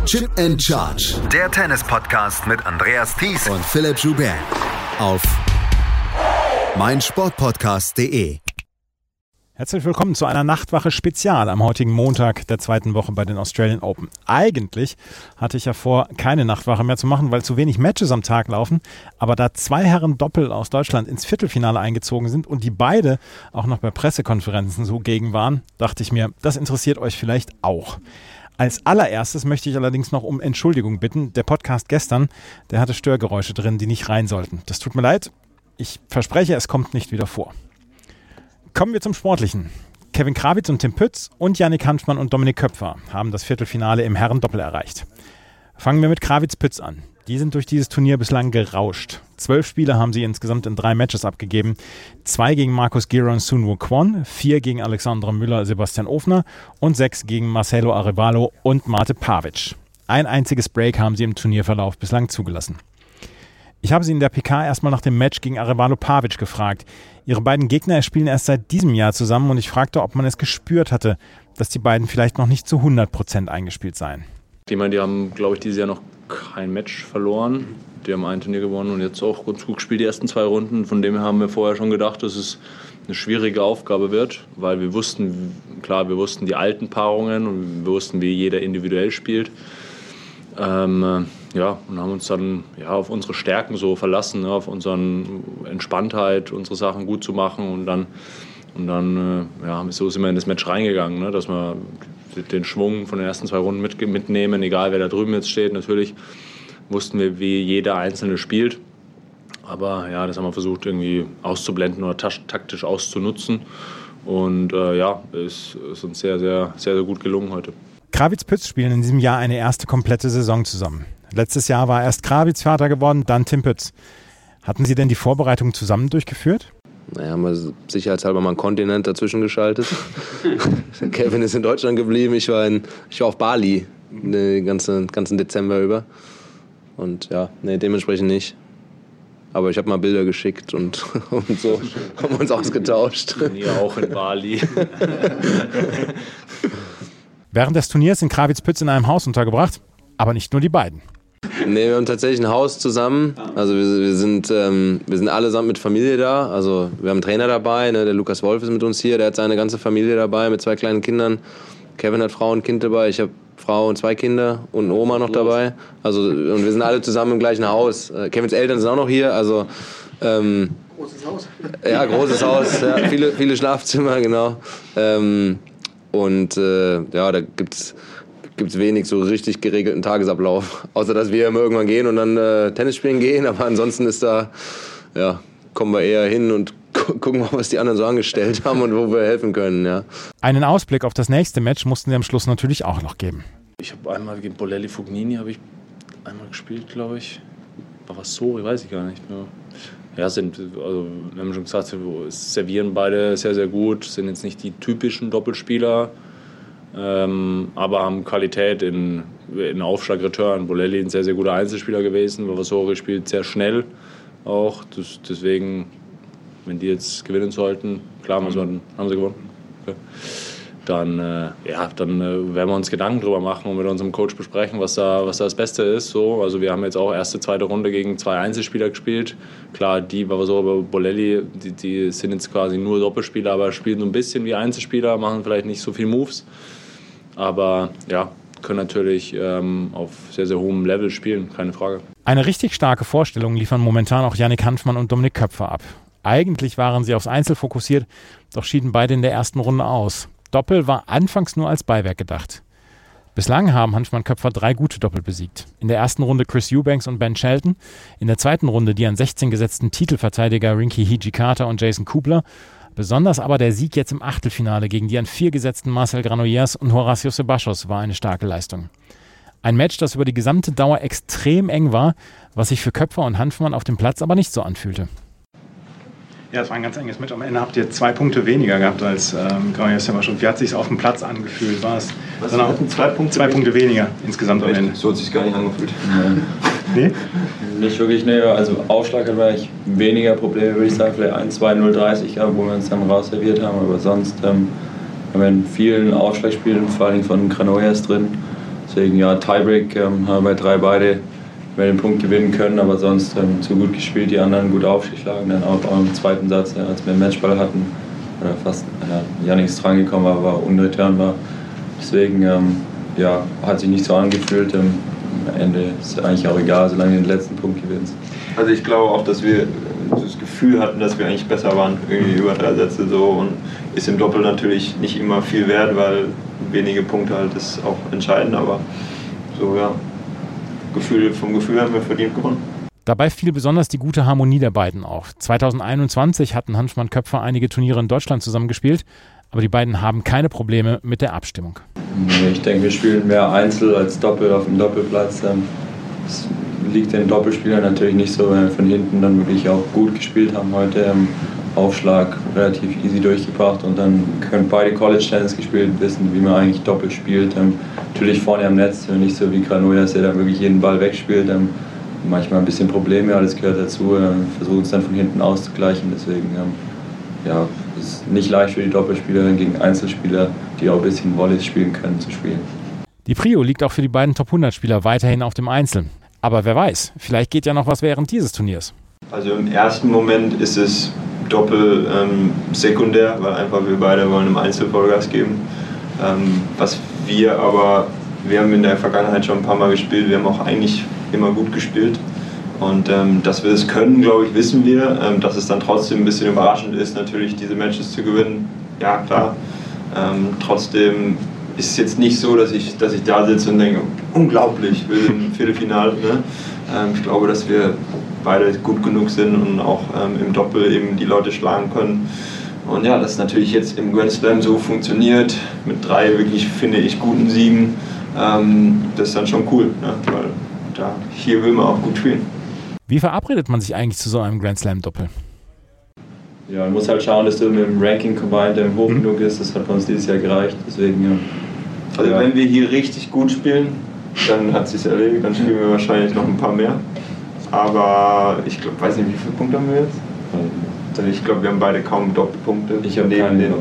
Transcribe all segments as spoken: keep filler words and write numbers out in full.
Chip and Charge. Der Tennis-Podcast mit Andreas Thies und Philipp Joubert. Auf meinsportpodcast punkt de. Herzlich willkommen zu einer Nachtwache Spezial am heutigen Montag der zweiten Woche bei den Australian Open. Eigentlich hatte ich ja vor, keine Nachtwache mehr zu machen, weil zu wenig Matches am Tag laufen. Aber da zwei Herren Doppel aus Deutschland ins Viertelfinale eingezogen sind und die beide auch noch bei Pressekonferenzen zugegen waren, dachte ich mir, das interessiert euch vielleicht auch. Als allererstes möchte ich allerdings noch um Entschuldigung bitten. Der Podcast gestern, der hatte Störgeräusche drin, die nicht rein sollten. Das tut mir leid. Ich verspreche, es kommt nicht wieder vor. Kommen wir zum Sportlichen. Kevin Krawitz und Tim Pütz und Yannick Hanfmann und Dominik Köpfer haben das Viertelfinale im Herrendoppel erreicht. Fangen wir mit Krawitz-Pütz an. Die sind durch dieses Turnier bislang gerauscht. Zwölf Spiele haben sie insgesamt in drei Matches abgegeben. Zwei gegen Marcus Giron und Soonwoo Kwon, vier gegen Alexandre Müller, Sebastian Ofner und sechs gegen Marcelo Arevalo und Mate Pavic. Ein einziges Break haben sie im Turnierverlauf bislang zugelassen. Ich habe sie in der P K erstmal nach dem Match gegen Arevalo Pavic gefragt. Ihre beiden Gegner spielen erst seit diesem Jahr zusammen und ich fragte, ob man es gespürt hatte, dass die beiden vielleicht noch nicht zu hundert Prozent eingespielt seien. Ich meine, die haben, glaube ich, dieses Jahr noch kein Match verloren. Die haben ein Turnier gewonnen und jetzt auch ganz gut gespielt, die ersten zwei Runden. Von dem her haben wir vorher schon gedacht, dass es eine schwierige Aufgabe wird, weil wir wussten, klar, wir wussten die alten Paarungen und wir wussten, wie jeder individuell spielt. Ähm, ja, und haben uns dann ja, auf unsere Stärken so verlassen, ne, auf unsere Entspanntheit, unsere Sachen gut zu machen und dann, und dann äh, ja, so sind wir in das Match reingegangen, ne, dass wir den Schwung von den ersten zwei Runden mit, mitnehmen, egal wer da drüben jetzt steht. Natürlich wussten wir, wie jeder Einzelne spielt, aber ja, das haben wir versucht irgendwie auszublenden oder taktisch auszunutzen und äh, ja, es ist uns sehr, sehr, sehr, sehr gut gelungen heute. Krawitz-Pütz spielen in diesem Jahr eine erste komplette Saison zusammen. Letztes Jahr war erst Krawitz Vater geworden, dann Tim Pütz. Hatten Sie denn die Vorbereitung zusammen durchgeführt? Naja, haben wir sicherheitshalber mal einen Kontinent dazwischen geschaltet. Kevin ist in Deutschland geblieben, ich war, in, ich war auf Bali den ganzen, ganzen Dezember über. Und ja, nee, dementsprechend nicht. Aber ich habe mal Bilder geschickt und, und so haben wir uns ausgetauscht. Ihr auch in Bali. Während des Turniers sind Krawitz-Pütz in einem Haus untergebracht, aber nicht nur die beiden. Nee, wir haben tatsächlich ein Haus zusammen. Also wir, wir, sind, ähm, wir sind allesamt mit Familie da. Also wir haben einen Trainer dabei, ne? Der Lukas Wolf ist mit uns hier, der hat seine ganze Familie dabei mit zwei kleinen Kindern. Kevin hat Frau und Kind dabei, ich habe Frau und zwei Kinder und eine Oma noch dabei. Also, und wir sind alle zusammen im gleichen Haus. Äh, Kevins Eltern sind auch noch hier. Also, ähm, großes Haus. Ja, großes Haus, ja, viele, viele Schlafzimmer, genau. Ähm, und äh, ja, da gibt's gibt es wenig so richtig geregelten Tagesablauf. Außer, dass wir immer irgendwann gehen und dann äh, Tennis spielen gehen. Aber ansonsten ist da, ja, kommen wir eher hin und gu- gucken mal, was die anderen so angestellt haben und wo wir helfen können. Ja. Einen Ausblick auf das nächste Match mussten sie am Schluss natürlich auch noch geben. Ich habe einmal gegen Bolelli Fognini habe ich einmal gespielt, glaube ich. War was so, weiß ich gar nicht mehr. Ja, sind, also, wir haben schon gesagt, servieren beide sehr, sehr gut. Sind jetzt nicht die typischen Doppelspieler. Ähm, aber haben Qualität in, in Aufschlag-Return. Bolelli ein sehr, sehr guter Einzelspieler gewesen. Vavasori spielt sehr schnell auch. Das, deswegen, wenn die jetzt gewinnen sollten, klar, mhm. sollten, haben sie gewonnen. Okay. Dann, äh, ja, dann äh, werden wir uns Gedanken drüber machen und mit unserem Coach besprechen, was da, was da das Beste ist. So. Also wir haben jetzt auch erste, zweite Runde gegen zwei Einzelspieler gespielt. Klar, die Vavasori, Bolelli, die, die sind jetzt quasi nur Doppelspieler, aber spielen so ein bisschen wie Einzelspieler, machen vielleicht nicht so viel Moves. Aber ja, können natürlich ähm, auf sehr, sehr hohem Level spielen, keine Frage. Eine richtig starke Vorstellung liefern momentan auch Yannick Hanfmann und Dominik Köpfer ab. Eigentlich waren sie aufs Einzel fokussiert, doch schieden beide in der ersten Runde aus. Doppel war anfangs nur als Beiwerk gedacht. Bislang haben Hanfmann-Köpfer drei gute Doppel besiegt. In der ersten Runde Chris Eubanks und Ben Shelton, in der zweiten Runde die an sechzehn gesetzten Titelverteidiger Rinky Hijikata und Jason Kubler. Besonders aber der Sieg jetzt im Achtelfinale gegen die an vier gesetzten Marcel Granollers und Horacio Sebastos war eine starke Leistung. Ein Match, das über die gesamte Dauer extrem eng war, was sich für Köpfer und Hanfmann auf dem Platz aber nicht so anfühlte. Ja, es war ein ganz enges Match. Am Ende habt ihr zwei Punkte weniger gehabt als ähm, Granollers Sebastos. Wie hat es sich auf dem Platz angefühlt? War es sondern auch zwei, Punkte, zwei Punkte weniger insgesamt am Ende? So hat es sich gar nicht angefühlt. Nee? Nicht wirklich, ne. Also Aufschlag hat eigentlich weniger Probleme, würde ich sagen. Vielleicht ein, zwei, null, dreißig, wo wir uns dann rausserviert haben. Aber sonst ähm, haben wir in vielen Aufschlagspielen, vor allem von Granollers drin, Deswegen ja, Tiebreak ähm, haben wir bei drei beide wir den Punkt gewinnen können, aber sonst ähm, zu gut gespielt, die anderen gut aufgeschlagen. Dann auch im zweiten Satz, ja, als wir einen Matchball hatten, oder fast ja, ja nichts dran gekommen war, war unreturnbar. Deswegen ähm, ja, hat sich nicht so angefühlt. Ähm, am Ende ist es eigentlich auch egal, solange du den letzten Punkt gewinnst. Also ich glaube auch, dass wir das Gefühl hatten, dass wir eigentlich besser waren irgendwie über drei Sätze so, und ist im Doppel natürlich nicht immer viel wert, weil wenige Punkte halt ist auch entscheidend, aber so ja, Gefühl, vom Gefühl haben wir verdient gewonnen. Dabei fiel besonders die gute Harmonie der beiden auf. zwanzig einundzwanzig hatten Hanfmann Köpfer einige Turniere in Deutschland zusammengespielt, aber die beiden haben keine Probleme mit der Abstimmung. Ich denke, wir spielen mehr Einzel als Doppel auf dem Doppelplatz. Das liegt den Doppelspielern natürlich nicht so, wenn wir von hinten dann wirklich auch gut gespielt haben heute. Im Aufschlag relativ easy durchgebracht und dann können beide College-Tennis gespielt, wissen, wie man eigentlich Doppel spielt. Natürlich vorne am Netz, nicht so wie Granollers, der da wirklich jeden Ball wegspielt. Manchmal ein bisschen Probleme, alles gehört dazu. Versuchen es dann von hinten auszugleichen. Deswegen ja, es ist nicht leicht für die Doppelspielerin gegen Einzelspieler, die auch ein bisschen Volleys spielen können, zu spielen. Die Prio liegt auch für die beiden Top hundert Spieler weiterhin auf dem Einzel. Aber wer weiß, vielleicht geht ja noch was während dieses Turniers. Also im ersten Moment ist es Doppel ähm, sekundär, weil einfach wir beide wollen im Einzel Vollgas geben. Ähm, was wir aber, wir haben in der Vergangenheit schon ein paar Mal gespielt, wir haben auch eigentlich immer gut gespielt. Und ähm, dass wir das können, glaube ich, wissen wir. Ähm, dass es dann trotzdem ein bisschen überraschend ist, natürlich diese Matches zu gewinnen, ja klar. Ähm, trotzdem ist es jetzt nicht so, dass ich, dass ich da sitze und denke, unglaublich, wir sind im Viertelfinale. Ne? Ähm, ich glaube, dass wir beide gut genug sind und auch ähm, im Doppel eben die Leute schlagen können. Und ja, dass natürlich jetzt im Grand Slam so funktioniert, mit drei wirklich, finde ich, guten Siegen, ähm, das ist dann schon cool, ne? Weil da, hier will man auch gut spielen. Wie verabredet man sich eigentlich zu so einem Grand Slam Doppel? Ja, man muss halt schauen, dass du mit dem Ranking combined der hoch genug ist. Das hat bei uns dieses Jahr gereicht. Deswegen, ja. Also ja. wenn wir hier richtig gut spielen, dann hat es sich erledigt. Dann spielen wir wahrscheinlich noch ein paar mehr. Aber ich glaub, weiß nicht, wie viele Punkte haben wir jetzt? Ich glaube, wir haben beide kaum Doppelpunkte. Ich habe neben den.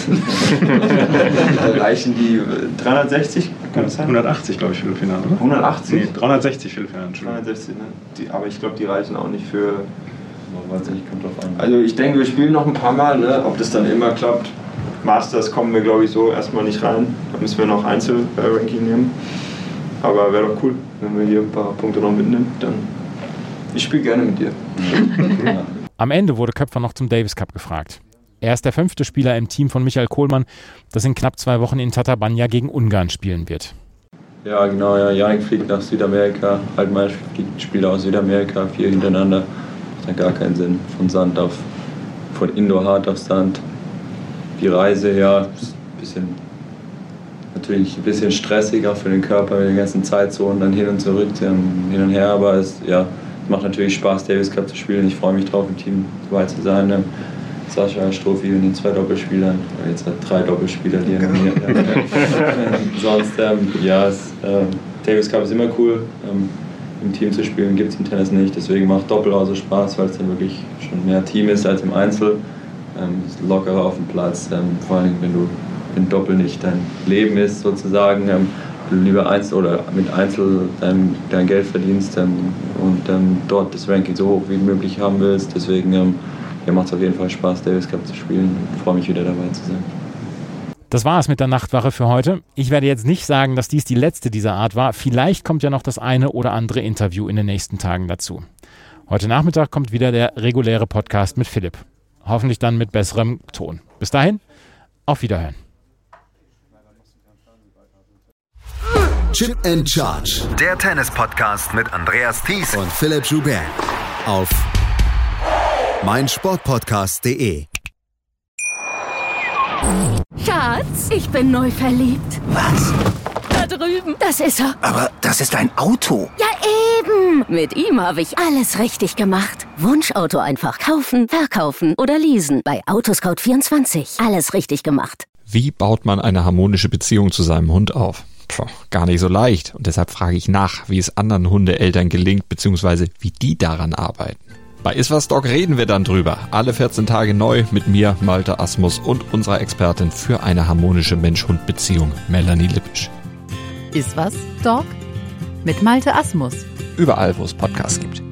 Da reichen die dreihundertsechzig, kann das sein? hundertachtzig, glaube ich, Viertelfinale, oder? hundertachtzig? Nee, dreihundertsechzig Viertelfinale, Entschuldigung. dreihundertsechzig, ne? Die, aber ich glaube, die reichen auch nicht für. Weiß nicht, kommt drauf an. Also ich denke, wir spielen noch ein paar Mal, ne? Ob das dann immer klappt. Masters kommen wir, glaube ich, so erstmal nicht rein. Da müssen wir noch Einzel-Ranking nehmen. Aber wäre doch cool, wenn wir hier ein paar Punkte noch mitnehmen. Dann ich spiele gerne mit dir. Ja. Am Ende wurde Köpfer noch zum Davis Cup gefragt. Er ist der fünfte Spieler im Team von Michael Kohlmann, das in knapp zwei Wochen in Tatabánya gegen Ungarn spielen wird. Ja, genau, ja. Yannick fliegt nach Südamerika, Altmaier fliegt Spieler aus Südamerika, vier hintereinander. Das hat gar keinen Sinn. Von Sand auf, von Indoor hart auf Sand. Die Reise, ja, ist ein bisschen, natürlich ein bisschen stressig, auch für den Körper mit den ganzen Zeitzonen, dann hin und zurück, hin und her, aber es ja, macht natürlich Spaß, Davis Cup zu spielen. Ich freue mich drauf, im Team dabei zu sein. Sascha, Strophi und den zwei Doppelspielern, jetzt hat drei Doppelspieler, die an mir. Sonst, ähm, ja, es, äh, Davis Cup ist immer cool. Ähm, Im Team zu spielen gibt es im Tennis nicht, deswegen macht Doppel auch so Spaß, weil es dann wirklich schon mehr Team ist als im Einzel. Ähm, ist lockerer auf dem Platz, ähm, vor allem wenn du wenn Doppel nicht dein Leben ist sozusagen. Ähm, du lieber Einzel oder mit Einzel dein, dein Geld verdienst ähm, und ähm, dort das Ranking so hoch wie möglich haben willst. Deswegen ähm, ja, macht es auf jeden Fall Spaß, Davis Cup zu spielen. Ich freue mich wieder dabei zu sein. Das war es mit der Nachtwache für heute. Ich werde jetzt nicht sagen, dass dies die letzte dieser Art war. Vielleicht kommt ja noch das eine oder andere Interview in den nächsten Tagen dazu. Heute Nachmittag kommt wieder der reguläre Podcast mit Philipp. Hoffentlich dann mit besserem Ton. Bis dahin, auf Wiederhören. Chip and Charge. Der Tennis-Podcast mit Andreas Thies und Philipp Joubert auf meinsportpodcast punkt de. Schatz, ich bin neu verliebt. Was? Da drüben. Das ist er. Aber das ist ein Auto. Ja, eben. Mit ihm habe ich alles richtig gemacht. Wunschauto einfach kaufen, verkaufen oder leasen. Bei Autoscout vierundzwanzig. Alles richtig gemacht. Wie baut man eine harmonische Beziehung zu seinem Hund auf? Puh, gar nicht so leicht. Und deshalb frage ich nach, wie es anderen Hundeeltern gelingt, beziehungsweise wie die daran arbeiten. Bei Iswas Dog reden wir dann drüber. Alle vierzehn Tage neu mit mir, Malte Asmus und unserer Expertin für eine harmonische Mensch-Hund-Beziehung, Melanie Lippisch. Ist was, Dog? Mit Malte Asmus. Überall, wo es Podcasts gibt.